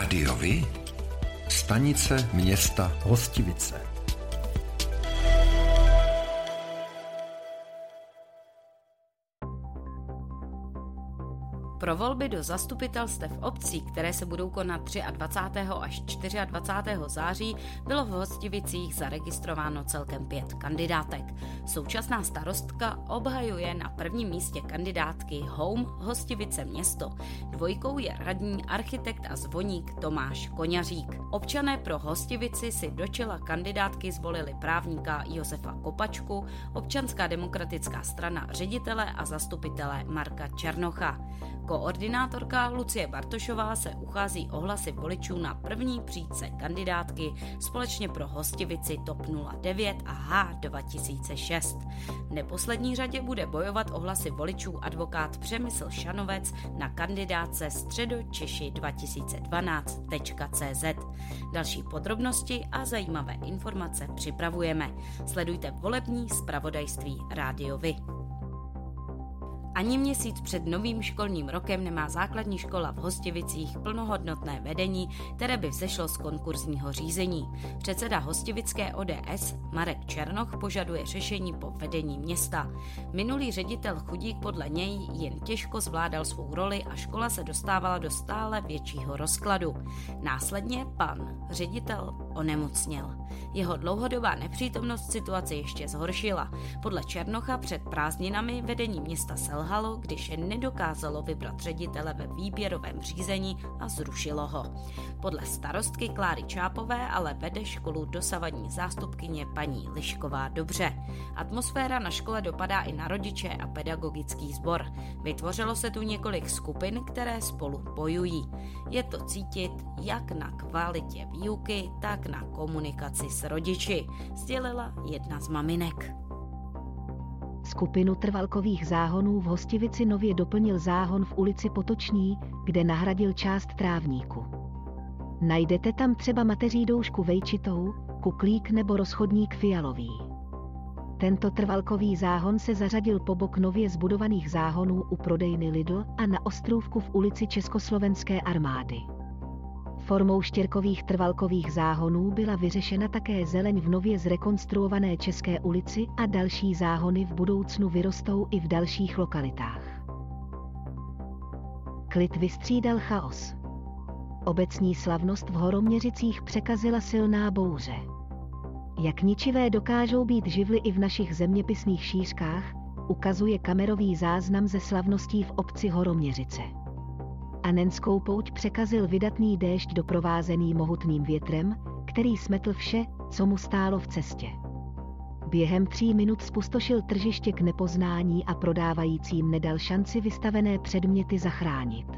Rádiovi? Stanice města Hostivice. Pro volby do zastupitelstev obcí, které se budou konat 23. až 24. září, bylo v Hostivicích zaregistrováno celkem 5 kandidátek. Současná starostka obhajuje na prvním místě kandidátky Home Hostivice město. Dvojkou je radní architekt a zvoník Tomáš Koňařík. Občané pro Hostivici si do čela kandidátky zvolili právníka Josefa Kopačku, Občanská demokratická strana ředitele a zastupitele Marka Černocha. Koordinátorka Lucie Bartošová se uchází o hlasy voličů na první příčce kandidátky Společně pro Hostivici TOP 09 a H2006. V neposlední řadě bude bojovat o hlasy voličů advokát Přemysl Šanovec na kandidátce středočeši2012.cz. Další podrobnosti a zajímavé informace připravujeme. Sledujte volební zpravodajství Rádiovi. Ani měsíc před novým školním rokem nemá základní škola v Hostivicích plnohodnotné vedení, které by vzešlo z konkurzního řízení. Předseda hostivické ODS Marek Černoch požaduje řešení po vedení města. Minulý ředitel Chudík podle něj jen těžko zvládal svou roli a škola se dostávala do stále většího rozkladu. Následně pan ředitel onemocněl. Jeho dlouhodobá nepřítomnost situaci ještě zhoršila. Podle Černocha před prázdninami vedení města selhalo, když nedokázalo vybrat ředitele ve výběrovém řízení a zrušilo ho. Podle starostky Kláry Čápové ale vede školu dosavadní zástupkyně paní Lišková dobře. Atmosféra na škole dopadá i na rodiče a pedagogický sbor. Vytvořilo se tu několik skupin, které spolu bojují. Je to cítit jak na kvalitě výuky, tak na komunikaci s rodiči, sdělila jedna z maminek. Skupinu trvalkových záhonů v Hostivici nově doplnil záhon v ulici Potoční, kde nahradil část trávníku. Najdete tam třeba mateří doušku vejčitou, kuklík nebo rozchodník fialový. Tento trvalkový záhon se zařadil po bok nově zbudovaných záhonů u prodejny Lidl a na ostrůvku v ulici Československé armády. Formou štěrkových trvalkových záhonů byla vyřešena také zeleň v nově zrekonstruované České ulici a další záhony v budoucnu vyrostou i v dalších lokalitách. Klid vystřídal chaos. Obecní slavnost v Horoměřicích překazila silná bouře. Jak ničivé dokážou být živly i v našich zeměpisných šířkách, ukazuje kamerový záznam ze slavností v obci Horoměřice. Anenskou pouť překazil vydatný déšť doprovázený mohutným větrem, který smetl vše, co mu stálo v cestě. Během 3 minut zpustošil tržiště k nepoznání a prodávajícím nedal šanci vystavené předměty zachránit.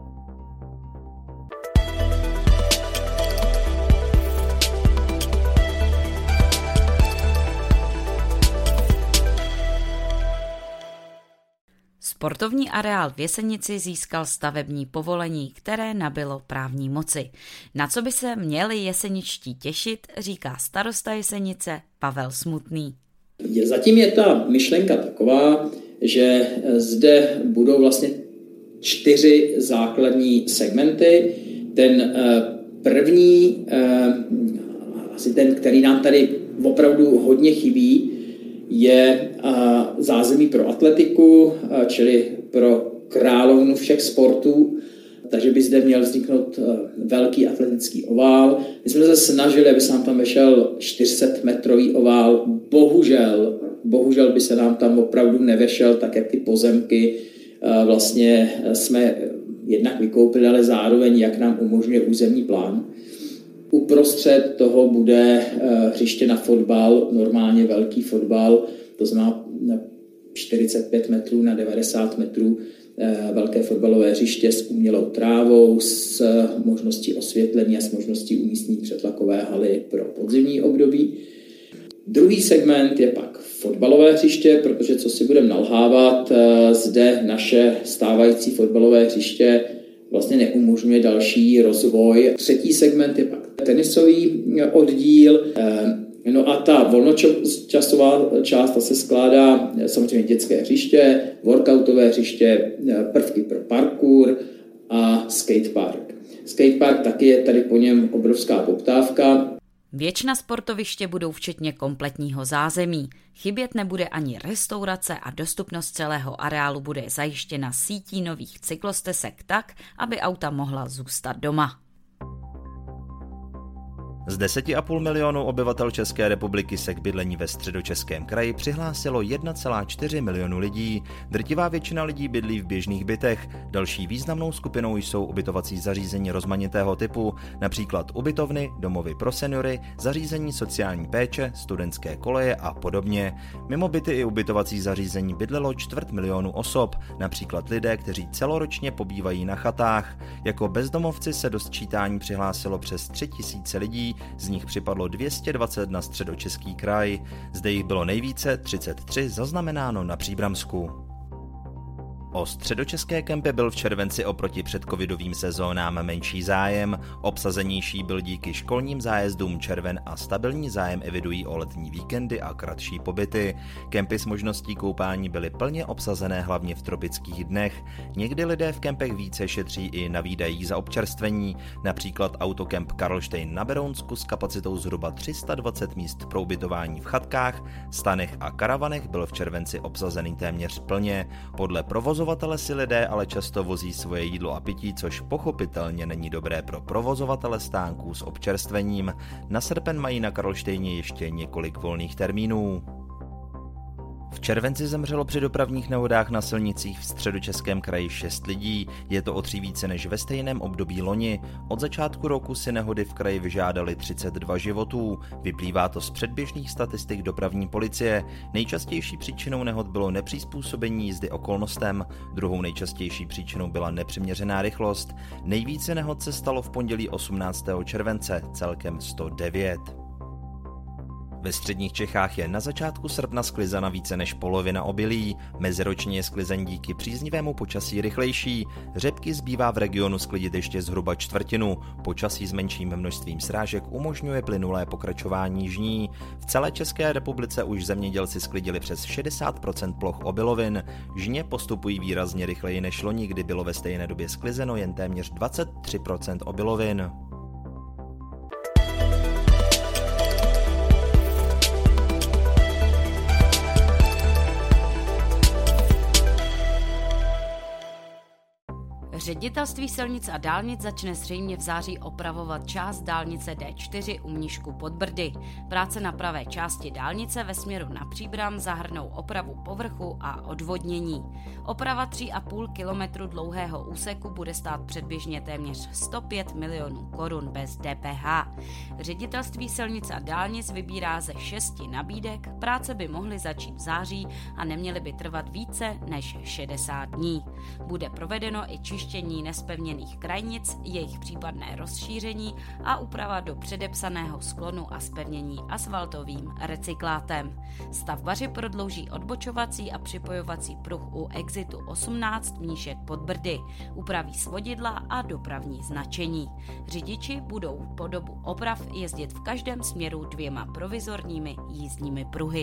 Sportovní areál v Jesenici získal stavební povolení, které nabylo právní moci. Na co by se měli jeseničtí těšit, říká starosta Jesenice Pavel Smutný. Zatím je ta myšlenka taková, že zde budou vlastně 4 základní segmenty. Ten první, asi ten, který nám tady opravdu hodně chybí, je zázemí pro atletiku, čili pro královnu všech sportů, takže by zde měl vzniknout velký atletický ovál. My jsme se snažili, aby se nám tam vešel 400-metrový ovál. Bohužel by se nám tam opravdu nevešel, tak jak ty pozemky vlastně jsme jednak vykoupili, ale zároveň jak nám umožňuje územní plán. Uprostřed toho bude hřiště na fotbal, normálně velký fotbal, to znamená 45 metrů na 90 metrů velké fotbalové hřiště s umělou trávou, s možností osvětlení a s možností umístění přetlakové haly pro podzimní období. Druhý segment je pak fotbalové hřiště, protože co si budeme nalhávat, zde naše stávající fotbalové hřiště vlastně neumožňuje další rozvoj. Třetí segment je pak tenisový oddíl. No a ta volnočasová část ta se skládá samozřejmě dětské hřiště, workoutové hřiště, prvky pro parkour a skatepark. skatepark, taky je tady po něm obrovská poptávka. Většina sportoviště budou včetně kompletního zázemí. Chybět nebude ani restaurace a dostupnost celého areálu bude zajištěna sítí nových cyklostezek tak, aby auta mohla zůstat doma. Z 10,5 milionu obyvatel České republiky se k bydlení ve Středočeském kraji přihlásilo 1,4 milionu lidí. Drtivá většina lidí bydlí v běžných bytech. Další významnou skupinou jsou ubytovací zařízení rozmanitého typu, například ubytovny, domovy pro seniory, zařízení sociální péče, studentské koleje a podobně. Mimo byty i ubytovací zařízení bydlelo 250 000 osob, například lidé, kteří celoročně pobývají na chatách. Jako bezdomovci se do sčítání přihlásilo přes 3 000 lidí, z nich připadlo 220 na Středočeský kraj. Zde jich bylo nejvíce, 33, zaznamenáno na Příbramsku. O středočeské kempy byl v červenci oproti předcovidovým sezónám menší zájem, obsazenější byl díky školním zájezdům červen a stabilní zájem evidují o letní víkendy a kratší pobyty. Kempy s možností koupání byly plně obsazené hlavně v tropických dnech. Někdy lidé v kempech více šetří i na výdajích za občerstvení, například autokemp Karlštejn na Berounsku s kapacitou zhruba 320 míst pro ubytování v chatkách, stanech a karavanech byl v červenci obsazený téměř plně. Podle provozovatele si lidé ale často vozí svoje jídlo a pití, což pochopitelně není dobré pro provozovatele stánků s občerstvením. Na srpen mají na Karlštejně ještě několik volných termínů. V červenci zemřelo při dopravních nehodách na silnicích v Středočeském kraji 6 lidí, je to o 3 více než ve stejném období loni. Od začátku roku si nehody v kraji vyžádaly 32 životů, vyplývá to z předběžných statistik dopravní policie. Nejčastější příčinou nehod bylo nepřizpůsobení jízdy okolnostem, druhou nejčastější příčinou byla nepřiměřená rychlost. Nejvíce nehod se stalo v pondělí 18. července, celkem 109. Ve středních Čechách je na začátku srpna sklizena více než polovina obilí. Meziročně je sklizeň díky příznivému počasí rychlejší. Řepky zbývá v regionu sklidit ještě zhruba čtvrtinu. Počasí s menším množstvím srážek umožňuje plynulé pokračování žní. V celé České republice už zemědělci sklidili přes 60% ploch obilovin. Žně postupují výrazně rychleji než loni, kdy bylo ve stejné době sklizeno jen téměř 23% obilovin. Ředitelství silnic a dálnic začne zřejmě v září opravovat část dálnice D4 u Mnišku pod Brdy. Práce na pravé části dálnice ve směru na Příbram zahrnou opravu povrchu a odvodnění. Oprava 3,5 kilometru dlouhého úseku bude stát předběžně téměř 105 milionů korun bez DPH. Ředitelství silnic a dálnic vybírá ze 6 nabídek, práce by mohly začít v září a neměly by trvat více než 60 dní. Bude provedeno i čištění nespevněných krajnic, jejich případné rozšíření a úprava do předepsaného sklonu a zpevnění asfaltovým recyklátem. Stavbaři prodlouží odbočovací a připojovací pruh u exitu 18 Mníšek pod Brdy, upraví svodidla a dopravní značení. Řidiči budou po dobu oprav jezdit v každém směru 2 provizorními jízdními pruhy.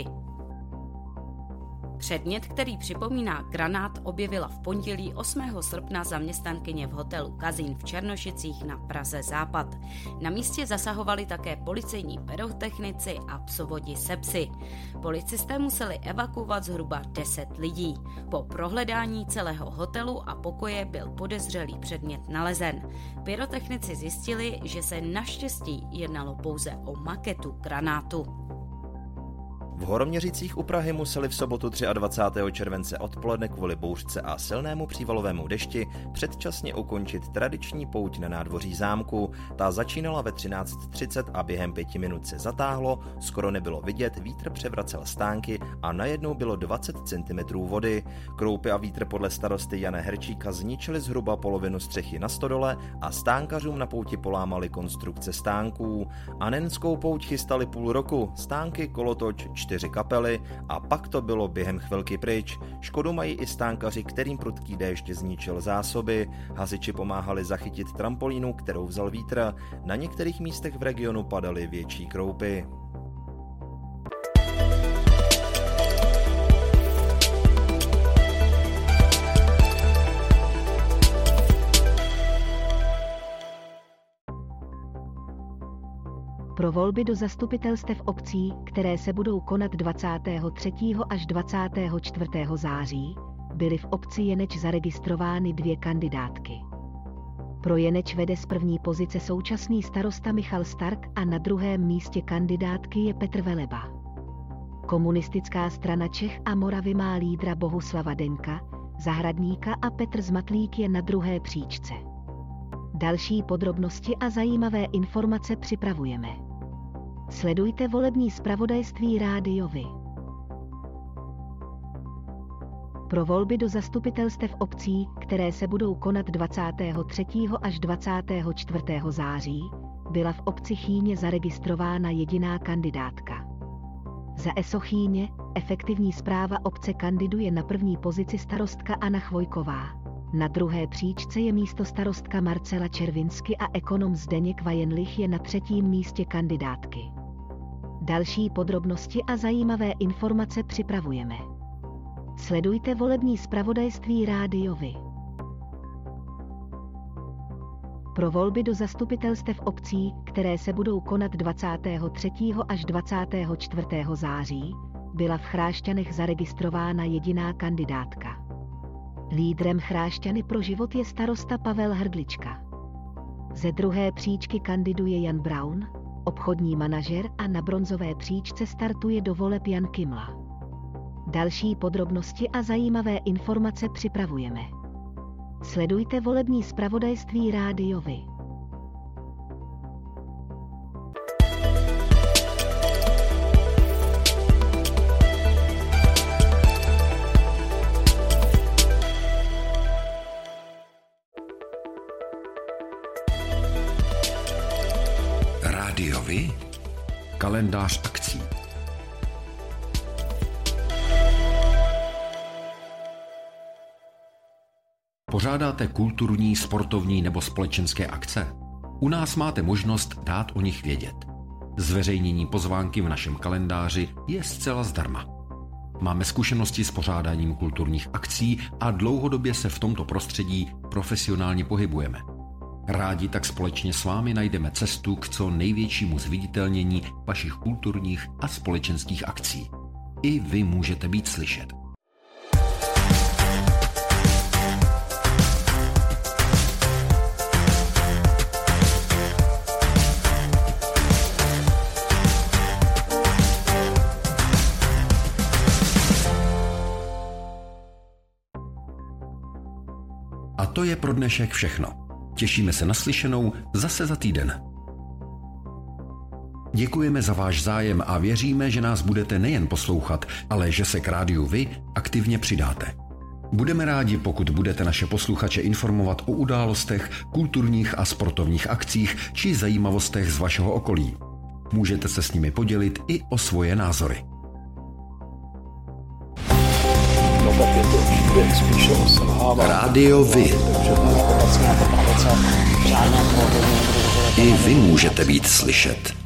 Předmět, který připomíná granát, objevila v pondělí 8. srpna zaměstnankyně v hotelu Kazín v Černošicích na Praze Západ. Na místě zasahovali také policejní pyrotechnici a psovodi se psy. Policisté museli evakuovat zhruba 10 lidí. Po prohledání celého hotelu a pokoje byl podezřelý předmět nalezen. Pyrotechnici zjistili, že se naštěstí jednalo pouze o maketu granátu. V Horoměřicích u Prahy museli v sobotu 23. července odpoledne kvůli bouřce a silnému přívalovému dešti předčasně ukončit tradiční pouť na nádvoří zámku. Ta začínala ve 13:30 a během 5 minut se zatáhlo, skoro nebylo vidět, vítr převracel stánky a najednou bylo 20 cm vody. Kroupy a vítr podle starosty Jana Herčíka zničili zhruba polovinu střechy na stodole a stánkařům na pouti polámali konstrukce stánků. Anenskou pouť chystali půl roku, stánky, kolotoč, 4 kapely a pak to bylo během chvilky pryč. Škodu mají i stánkaři, kterým prudký déšť zničil zásoby. Hasiči pomáhali zachytit trampolínu, kterou vzal vítr. Na některých místech v regionu padaly větší kroupy. Pro volby do zastupitelstev obcí, které se budou konat 23. až 24. září, byly v obci Jeneč zaregistrovány 2 kandidátky. Pro Jeneč vede z první pozice současný starosta Michal Stark a na druhém místě kandidátky je Petr Veleba. Komunistická strana Čech a Moravy má lídra Bohuslava Deňka, Zahradníka a Petr Zmatlík je na druhé příčce. Další podrobnosti a zajímavé informace připravujeme. Sledujte volební zpravodajství Rádio Vy. Pro volby do zastupitelstev obcí, které se budou konat 23. až 24. září, byla v obci Chýně zaregistrována jediná kandidátka. Za ESO Chýně, efektivní správa obce, kandiduje na první pozici starostka Anna Chvojková. Na druhé příčce je místostarostka Marcela Červinsky a ekonom Zdeněk Vajenlich je na třetím místě kandidátky. Další podrobnosti a zajímavé informace připravujeme. Sledujte volební zpravodajství Rádio Vy. Pro volby do zastupitelstev obcí, které se budou konat 23. až 24. září, byla v Chrášťanech zaregistrována jediná kandidátka. Lídrem Chrášťany pro život je starosta Pavel Hrdlička. Ze druhé příčky kandiduje Jan Braun, obchodní manažer, a na bronzové příčce startuje do voleb Jan Kimla. Další podrobnosti a zajímavé informace připravujeme. Sledujte volební zpravodajství Rádio Vy. Rádio Vy, kalendář akcí. Pořádáte kulturní, sportovní nebo společenské akce? U nás máte možnost dát o nich vědět. Zveřejnění pozvánky v našem kalendáři je zcela zdarma. Máme zkušenosti s pořádáním kulturních akcí a dlouhodobě se v tomto prostředí profesionálně pohybujeme. Rádi tak společně s vámi najdeme cestu k co největšímu zviditelnění vašich kulturních a společenských akcí. I vy můžete být slyšet. A to je pro dnešek všechno. Těšíme se na slyšenou zase za týden. Děkujeme za váš zájem a věříme, že nás budete nejen poslouchat, ale že se k Rádiu Vy aktivně přidáte. Budeme rádi, pokud budete naše posluchače informovat o událostech, kulturních a sportovních akcích či zajímavostech z vašeho okolí. Můžete se s nimi podělit i o svoje názory. Rádio Vy. I vy můžete být slyšet.